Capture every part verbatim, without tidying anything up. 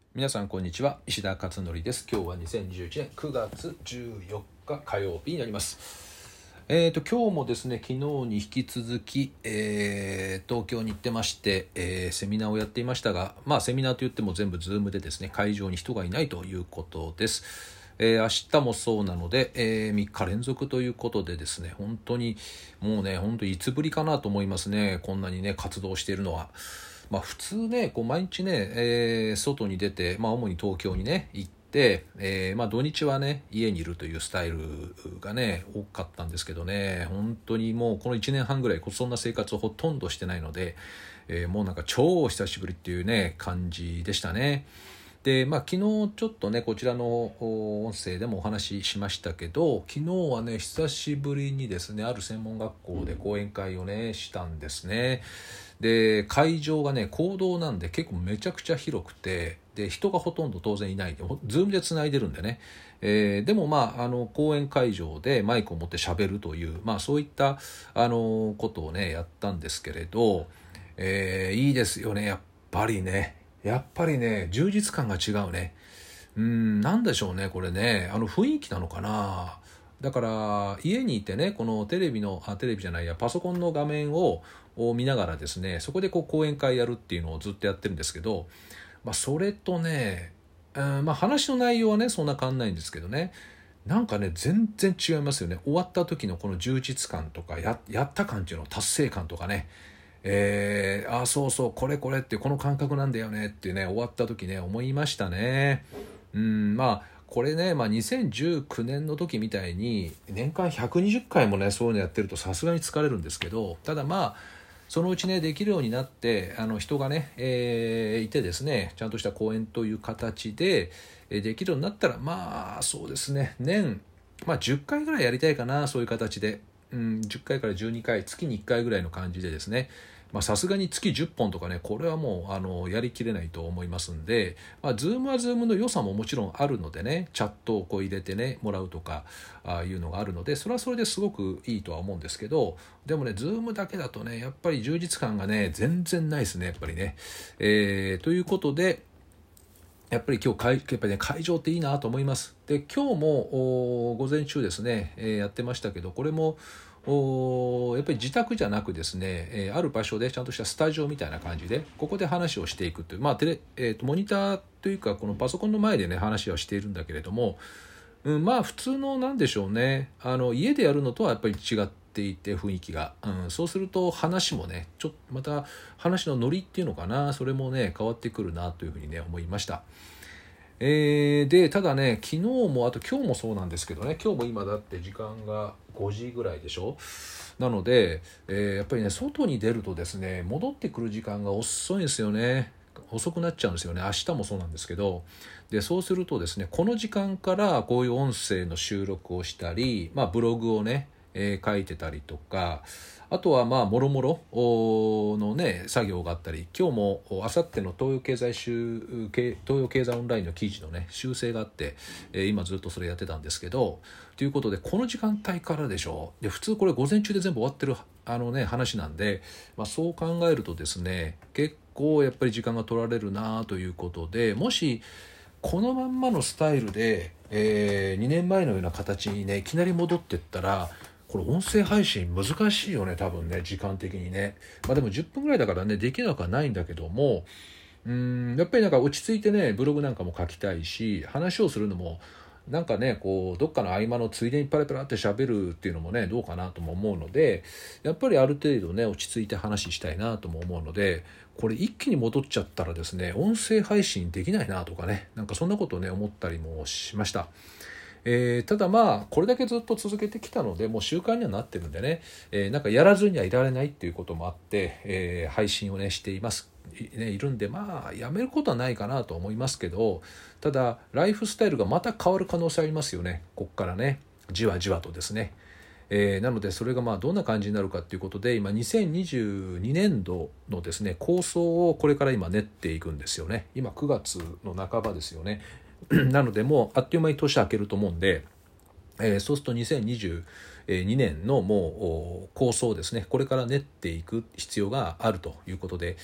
皆さんこんにちは、石田勝則です。今日はにせんにじゅういちねんくがつじゅうよっか火曜日になります。えーと今日もですね、昨日に引き続き、えー東京に行ってまして、えーセミナーをやっていましたが、まあセミナーといっても全部ズームでですね、会場に人がいないということです。えー明日もそうなので、えーみっか連続ということでですね、本当にもうね、本当にいつぶりかなと思いますね、こんなにね活動しているのは。まあ、普通ね、こう毎日ね、えー外に出て、まあ、主に東京にね行って、えーまあ、土日はね家にいるというスタイルがね多かったんですけどね、本当にもうこのいちねんはんぐらいそんな生活をほとんどしてないので、えーもうなんか超久しぶりっていうね感じでしたね。で、まあ、昨日ちょっとねこちらの音声でもお話ししましたけど、昨日はね久しぶりにですねある専門学校で講演会をねしたんですね。で会場がね講堂なんで結構めちゃくちゃ広くて、で人がほとんど当然いないでズームでつないでるんでね、えーでもまああの講演会場でマイクを持って喋るという、まあ、そういったあのことをねやったんですけれど、えーいいですよね、やっぱりねやっぱりね充実感が違うね。うーんなんでしょうねこれね、あの雰囲気なのかな。だから家にいてねこのテレビのあテレビじゃないやパソコンの画面をを見ながらですね、そこでこう講演会やるっていうのをずっとやってるんですけど、まあ、それとね、うんまあ、話の内容はねそんな変わんないんですけどね、なんかね全然違いますよね。終わった時のこの充実感とか や, やった感っていうの達成感とかね、えー、あそうそうこれこれってこの感覚なんだよねってね終わった時ね思いましたね。うんまあこれね、まあ、にせんじゅうきゅうねんの時みたいに年間ひゃくにじゅっかいもねそういうのやってるとさすがに疲れるんですけど、ただまあそのうちねできるようになってあの人がね、えーいてですねちゃんとした講演という形でえーできるようになったら、まあそうですね年、まあ、じゅっかいぐらいやりたいかな、そういう形で。うん、じゅっかいからじゅうにかい、月にいっかいぐらいの感じでですね、さすがに月じゅっぽんとかねこれはもうあのやりきれないと思いますんで、まあ、ズームはズームの良さももちろんあるのでね、チャットをこう入れてねもらうとかあいうのがあるので、それはそれですごくいいとは思うんですけど、でもねズームだけだとねやっぱり充実感がね全然ないですねやっぱりね。えーということでやっぱり今日会やっぱりね会場っていいなと思います。で今日も午前中ですね、えーやってましたけど、これもおやっぱり自宅じゃなくですね、えーある場所でちゃんとしたスタジオみたいな感じでここで話をしていくという、まあテレえーとモニターというかこのパソコンの前でね話はしているんだけれども、うん、まあ普通のなんでしょうね、あの家でやるのとはやっぱり違っていて雰囲気が、うん、そうすると話もねちょっとまた話のノリっていうのかな、それもね変わってくるなというふうにね思いました。えーでただね昨日もあと今日もそうなんですけどね、今日も今だって時間がごじぐらいでしょ。なので、えーやっぱりね外に出るとですね戻ってくる時間が遅いんですよね。遅くなっちゃうんですよね。明日もそうなんですけど、でそうするとですねこの時間からこういう音声の収録をしたり、まあ、ブログをね、えー書いてたりとか、あとはまあもろもろのね作業があったり、今日もあさっての東洋経済週経東洋経済オンラインの記事のね修正があって、えー今ずっとそれやってたんですけど、ということでこの時間帯からでしょ。で普通これ午前中で全部終わってるあのね話なんで、まあ、そう考えるとですね結構やっぱり時間が取られるなということで、もしこのまんまのスタイルで、えーにねんまえのような形にねいきなり戻ってったら、これ音声配信難しいよね多分ね時間的にね。まあでもじゅっぷんぐらいだからねできなくはないんだけども、うーんやっぱりなんか落ち着いてねブログなんかも書きたいし、話をするのもなんかねこうどっかの合間のついでにパラパラって喋るっていうのもねどうかなとも思うので、やっぱりある程度ね落ち着いて話したいなとも思うので、これ一気に戻っちゃったらですね音声配信できないなとかね、なんかそんなことをね思ったりもしました。えーただまあこれだけずっと続けてきたのでもう習慣にはなってるんでね、えーなんかやらずにはいられないっていうこともあって、えー配信をねしていますいね、いるんで、まあやめることはないかなと思いますけど、ただライフスタイルがまた変わる可能性ありますよね、こっからねじわじわとですね。えーなのでそれがまあどんな感じになるかということで、今にせんにじゅうにねんどのですね構想をこれから今練っていくんですよね。今くがつの半ばですよね。なのでもうあっという間に年明けると思うんで、えーそうするとにせんにじゅうにねんのもう構想をですねこれから練っていく必要があるということで、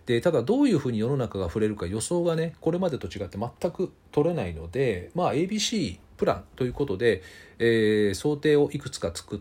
でただどういうふうに世の中が触れるか予想がねこれまでと違って全く取れないので、まあ、エービーシー プランということで、えー、想定をいくつか作って、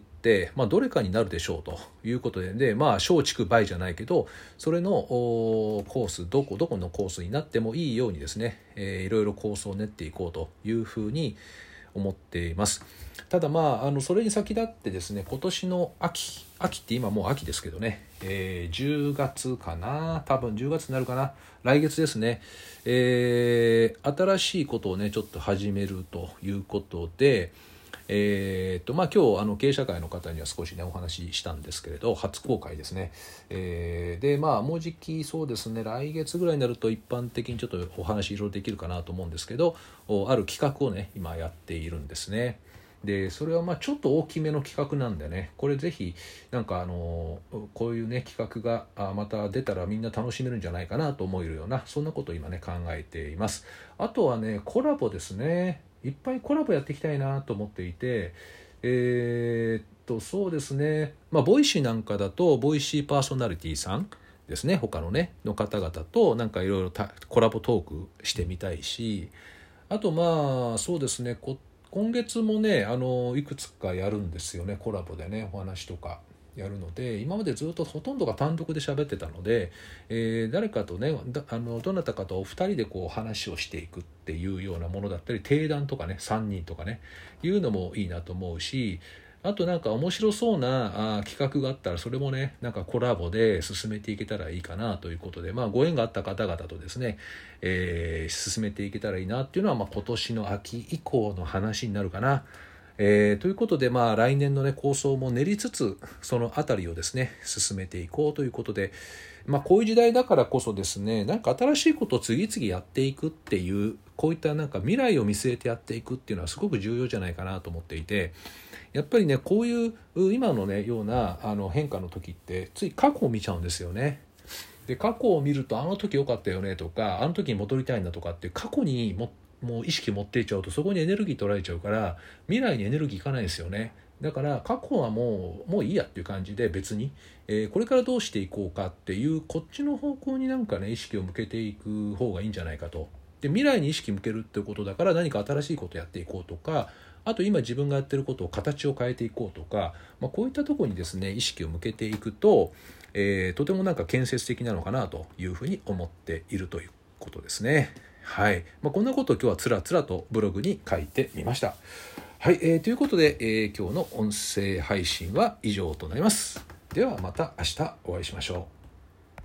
まあ、どれかになるでしょうということで、でまあ小畜梅じゃないけどそれのコースどこどこのコースになってもいいようにですね、えー、いろいろ構想を練っていこうというふうに思っています。ただまああのそれに先立ってですね今年の秋秋って今もう秋ですけどね、えー、じゅうがつかな多分じゅうがつになるかな来月ですね、えー、新しいことをねちょっと始めるということでえーっとまあ、今日あの経営者会の方には少しねお話ししたんですけれど初公開ですね、えー、でまあもうじきそうですね来月ぐらいになると一般的にちょっとお話いろいろできるかなと思うんですけどある企画をね今やっているんですね。でそれはまあちょっと大きめの企画なんでねこれぜひなんかあのこういうね企画がまた出たらみんな楽しめるんじゃないかなと思えるようなそんなことを今ね考えています。あとはねコラボですねいっぱいコラボやっていきたいなと思っていてえー、っとそうですねまあボイシーなんかだとボイシーパーソナリティさんですね他のねの方々となんかいろいろコラボトークしてみたいしあとまあそうですねこ今月もねあのいくつかやるんですよねコラボでねお話とかやるので今までずっとほとんどが単独で喋ってたので、えー、誰かとねだあのどなたかとお二人でこう話をしていくっていうようなものだったり定談とかねさんにんとかねいうのもいいなと思うしあとなんか面白そうなあ企画があったらそれもねなんかコラボで進めていけたらいいかなということでまあご縁があった方々とですね、えー、進めていけたらいいなっていうのは、まあ、今年の秋以降の話になるかな。えー、ということで、まあ、来年の、ね、構想も練りつつそのあたりをですね進めていこうということで、まあ、こういう時代だからこそですねなんか新しいことを次々やっていくっていうこういったなんか未来を見据えてやっていくっていうのはすごく重要じゃないかなと思っていてやっぱりねこういう今の、ね、ようなあの変化の時ってつい過去を見ちゃうんですよね。で過去を見るとあの時良かったよねとかあの時に戻りたいんだとかって過去にももう意識持っていっちゃうとそこにエネルギー取られちゃうから未来にエネルギーいかないんですよね。だから過去はもうもういいやっていう感じで別に、えー、これからどうしていこうかっていうこっちの方向になんかね意識を向けていく方がいいんじゃないかと。で未来に意識向けるってことだから何か新しいことやっていこうとかあと今自分がやってることを形を変えていこうとか、まあ、こういったところにですね意識を向けていくと、えー、とてもなんか建設的なのかなというふうに思っているということですね。はい、まあ、こんなことを今日はつらつらとブログに書いてみました。はい、えー、ということで、えー、今日の音声配信は以上となります。ではまた明日お会いしましょう。